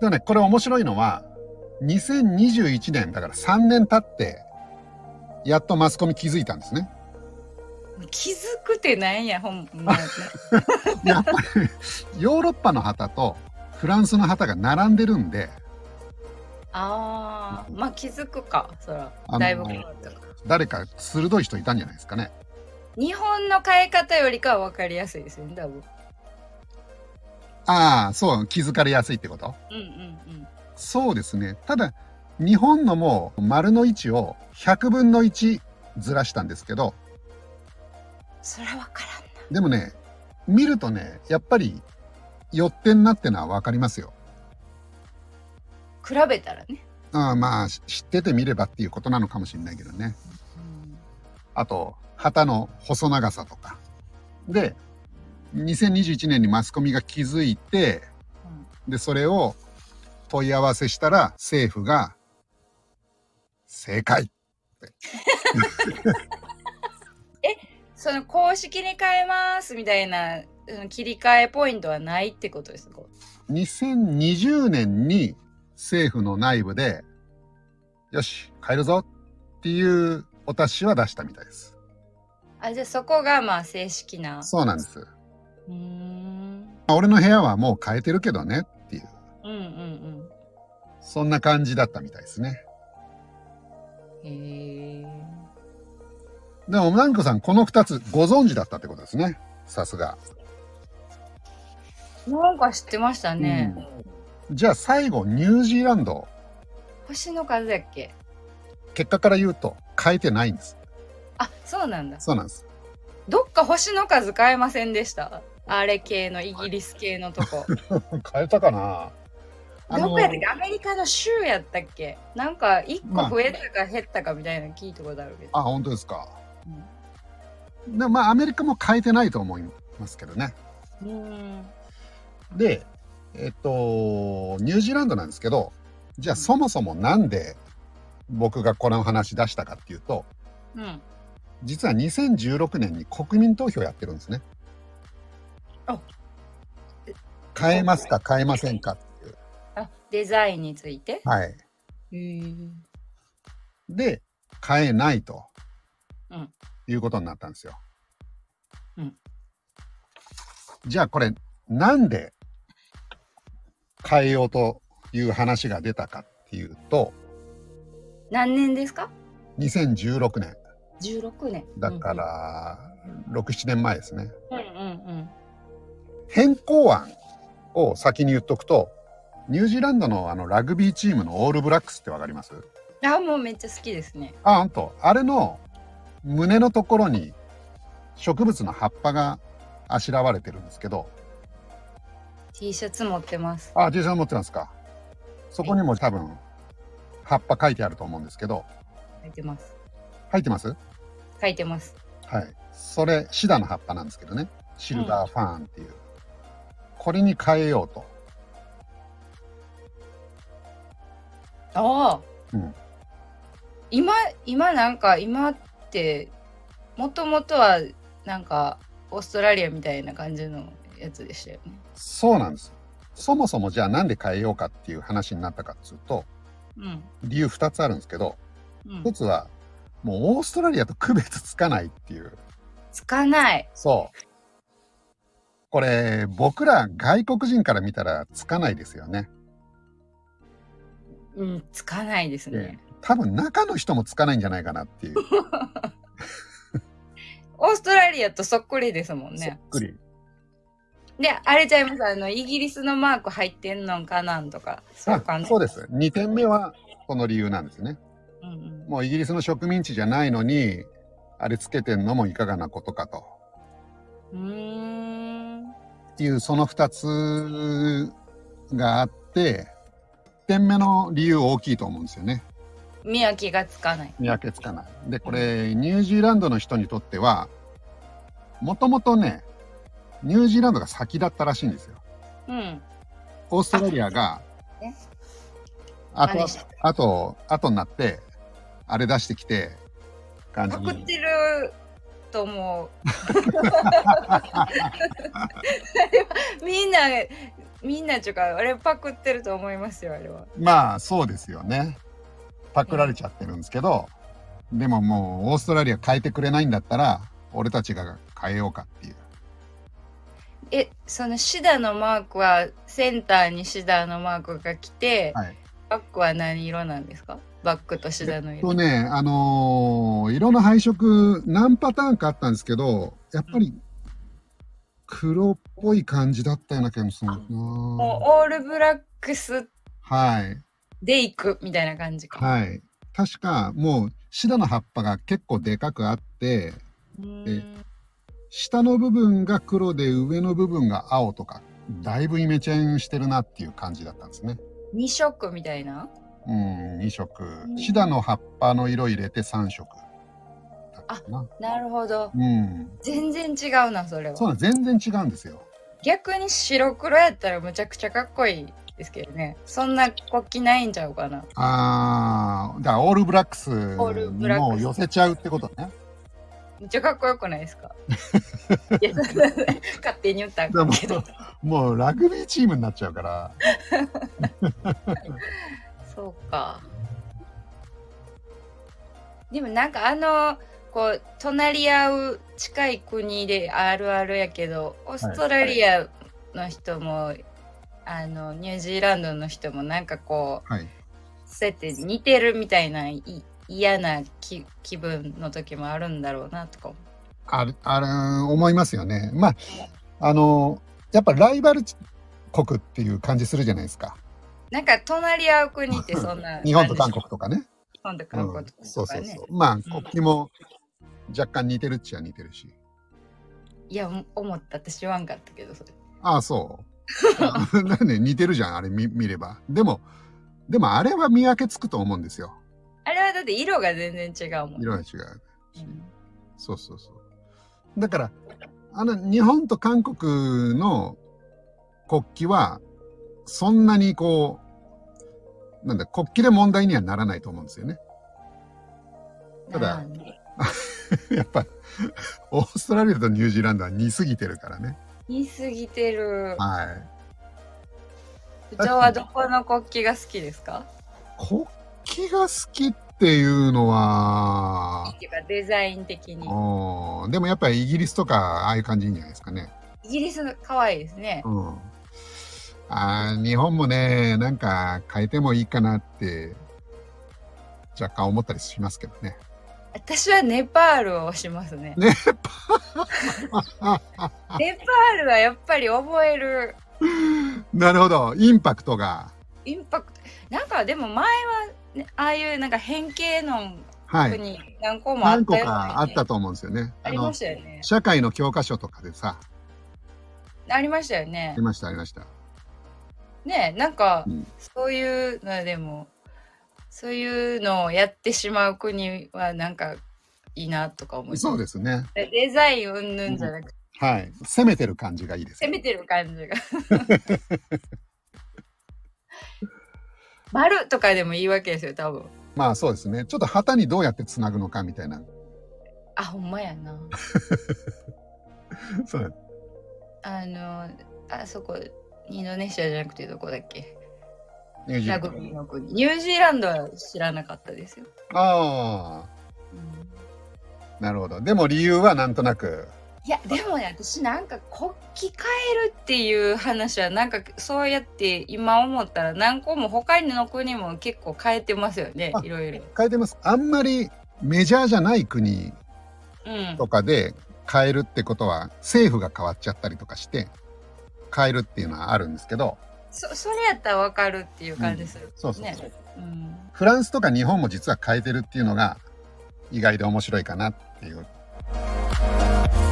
これ面白いのは、2021年だから3年経って、やっとマスコミ気づいたんですね。 気づくってなんや、ほんま。 やっぱり、ヨーロッパの旗とフランスの旗が並んでるんで、 まあ気づくか、そら。だいぶ変わったか。 誰か鋭い人いたんじゃないですかね。 日本の変え方よりかは分かりやすいですよね、多分。 そう、気づかれやすいってこと？ うんうんうん。 そうですね。ただ、日本のも丸の位置を100分の1ずらしたんですけど、 それは分からんな。 でもね、見るとね、やっぱり、寄ってんなってのは分かりますよ。 比べたらね。 まあ、知っててみればっていうことなのかもしれないけどね。あと、旗の細長さとか。で、2021年にマスコミが気づいて、で、それを問い合わせしたら、政府が、正解って。 その公式に変えますみたいな切り替えポイントはないってことですか ？2020年に政府の内部で、よし、変えるぞっていうお達しは出したみたいです。 じゃあそこがまあ正式な。 そうなんです。俺の部屋はもう変えてるけどねっていう。そんな感じだったみたいですね。でも、南子さん、この2つご存知だったってことですね。さすが。 なんか知ってましたね。 じゃあ最後、ニュージーランド。 星の数やっけ？ 結果から言うと、変えてないんです。 そうなんだ。 そうなんです。 どっか星の数変えませんでした？あれ系のイギリス系のとこ。 変えたかな？ どこやったっけ？アメリカの州やったっけ？なんか1個増えたか減ったかみたいなの聞いたことあるけど。 本当ですか。でアメリカも変えてないと思いますけどね。で、ニュージーランドなんですけど、じゃあそもそもなんで僕がこの話出したかっていうと、実は2016年に国民投票やってるんですね。変えますか変えませんかっていう。 デザインについて？ はい。で、変えないと、いうことになったんですよ。じゃあこれなんで変えようという話が出たかっていうと、 何年ですか ？2016年。 16年。 だから、6、7年前ですね。変更案を先に言っとくと、ニュージーランドのラグビーチームのオールブラックスってわかります？ もうめっちゃ好きですね。 本当。あれの胸のところに植物の葉っぱがあしらわれてるんですけど。 T シャツ持ってます。 T シャツ持ってますか。そこにも多分葉っぱ書いてあると思うんですけど。 書いてます。 書いてます？ 書いてます。 はい。それシダの葉っぱなんですけどね。シルバーファーンっていう。これに変えようと。 今なんか今ってもともとはなんかオーストラリアみたいな感じのやつでしたよね。 そうなんです。そもそもじゃあなんで変えようかっていう話になったかっていうと、理由2つあるんですけど、1つはもうオーストラリアと区別つかないっていう。 つかない。 そう。これ僕ら外国人から見たらつかないですよね。 つかないですね。 多分中の人もつかないんじゃないかなっていう。 オーストラリアとそっくりですもんね。 そっくり。 で、あれちゃいます、イギリスのマーク入ってんのかなんとか。 そうです。2点目はこの理由なんですね。もうイギリスの植民地じゃないのに、あれつけてんのもいかがなことかと。いうその2つがあって、1点目の理由大きいと思うんですよね。 見分けがつかない。 見分けつかない。で、これ、ニュージーランドの人にとっては、もともとね、ニュージーランドが先だったらしいんですよ。オーストラリアが、後になって、あれ出してきて、 感じに。パクってると思う。みんな、 みんなちゅうか、あれパクってると思いますよ、あれは。 まあそうですよね。パクられちゃってるんですけど、でももうオーストラリア変えてくれないんだったら俺たちが変えようかっていう。 そのシダのマークはセンターにシダのマークが来て、 はい、 バックは何色なんですか？バックとシダの色。 ね、色の配色何パターンかあったんですけど、やっぱり黒っぽい感じだったような気がするな。 もうオールブラックスはい。 でいくみたいな感じか。 はい。確かもうシダの葉っぱが結構でかくあって、で下の部分が黒で上の部分が青とか、だいぶイメチェンしてるなっていう感じだったんですね。 2色みたいな。 2色。シダの葉っぱの色入れて3色だったかな。 なるほど。全然違うな、それは。 そうなん、全然違うんですよ。 逆に白黒やったらむちゃくちゃかっこいいですけどね。そんな国旗ないんちゃうかな。 だからオールブラックスにも寄せちゃうってことね。 めっちゃかっこよくないですか？いや、勝手に言ったんだけど。 もうラグビーチームになっちゃうから。 そうか。でもなんかこう隣り合う近い国であるあるやけど、オーストラリアの人も、ニュージーランドの人もなんかこう、そうやって似てるみたいな嫌な気分の時もあるんだろうなとか思いますよね。まあやっぱライバル国っていう感じするじゃないですか。 なんか隣り合う国ってそんな日本と韓国とかね。 日本と韓国とかね。 そう。まあ国旗も若干似てるっちゃ似てるし。 いや、思った。私言わんかったけど、それ。 そうなんで似てるじゃん、あれ見れば。でもあれは見分けつくと思うんですよ。 あれはだって色が全然違うもん、ね。 色が違う。そう。だから日本と韓国の国旗はそんなにこう国旗で問題にはならないと思うんですよね。ただやっぱオーストラリアとニュージーランドは似すぎてるからね。 似すぎてる。 はい。 部長はどこの国旗が好きですか？ 国旗が好きっていうのはデザイン的に。 でもやっぱりイギリスとかああいう感じいいんじゃないですかね。 イギリス可愛いですね。 日本もね、なんか変えてもいいかなって若干思ったりしますけどね。 私はネパールをしますね。ネパールはやっぱり覚える。 なるほど、インパクトが。 なんかでも前は、ね、ああいうなんか変形の国何個もあったよ、ね。何個かあったと思うんですよね。 ありましたよね。 社会の教科書とかでさ。 ありましたよね。 ありました。 ね、なんか、そういうのでもそういうのをやってしまう国はなんかいいなとか思います。 そうですね。 デザイン云々じゃなくて、 攻めてる感じがいいです。 攻めてる感じが。丸とかでもいいわけですよ、多分。 まあそうですね。ちょっと旗にどうやってつなぐのかみたいな。 ほんまやな。 そう。 あそこインドネシアじゃなくてどこだっけ？ ラグビーの国。ニュージーランドは知らなかったですよ。 なるほど。でも理由はなんとなく。 いやでもね、私なんか国旗変えるっていう話はなんかそうやって今思ったら何個も他の国も結構変えてますよね。いろいろ変えてます。あんまりメジャーじゃない国とかで変えるってことは、政府が変わっちゃったりとかして変えるっていうのはあるんですけど、 それやったら分かるっていう感じする、 そう、フランスとか日本も実は変えてるっていうのが意外で面白いかなっていう。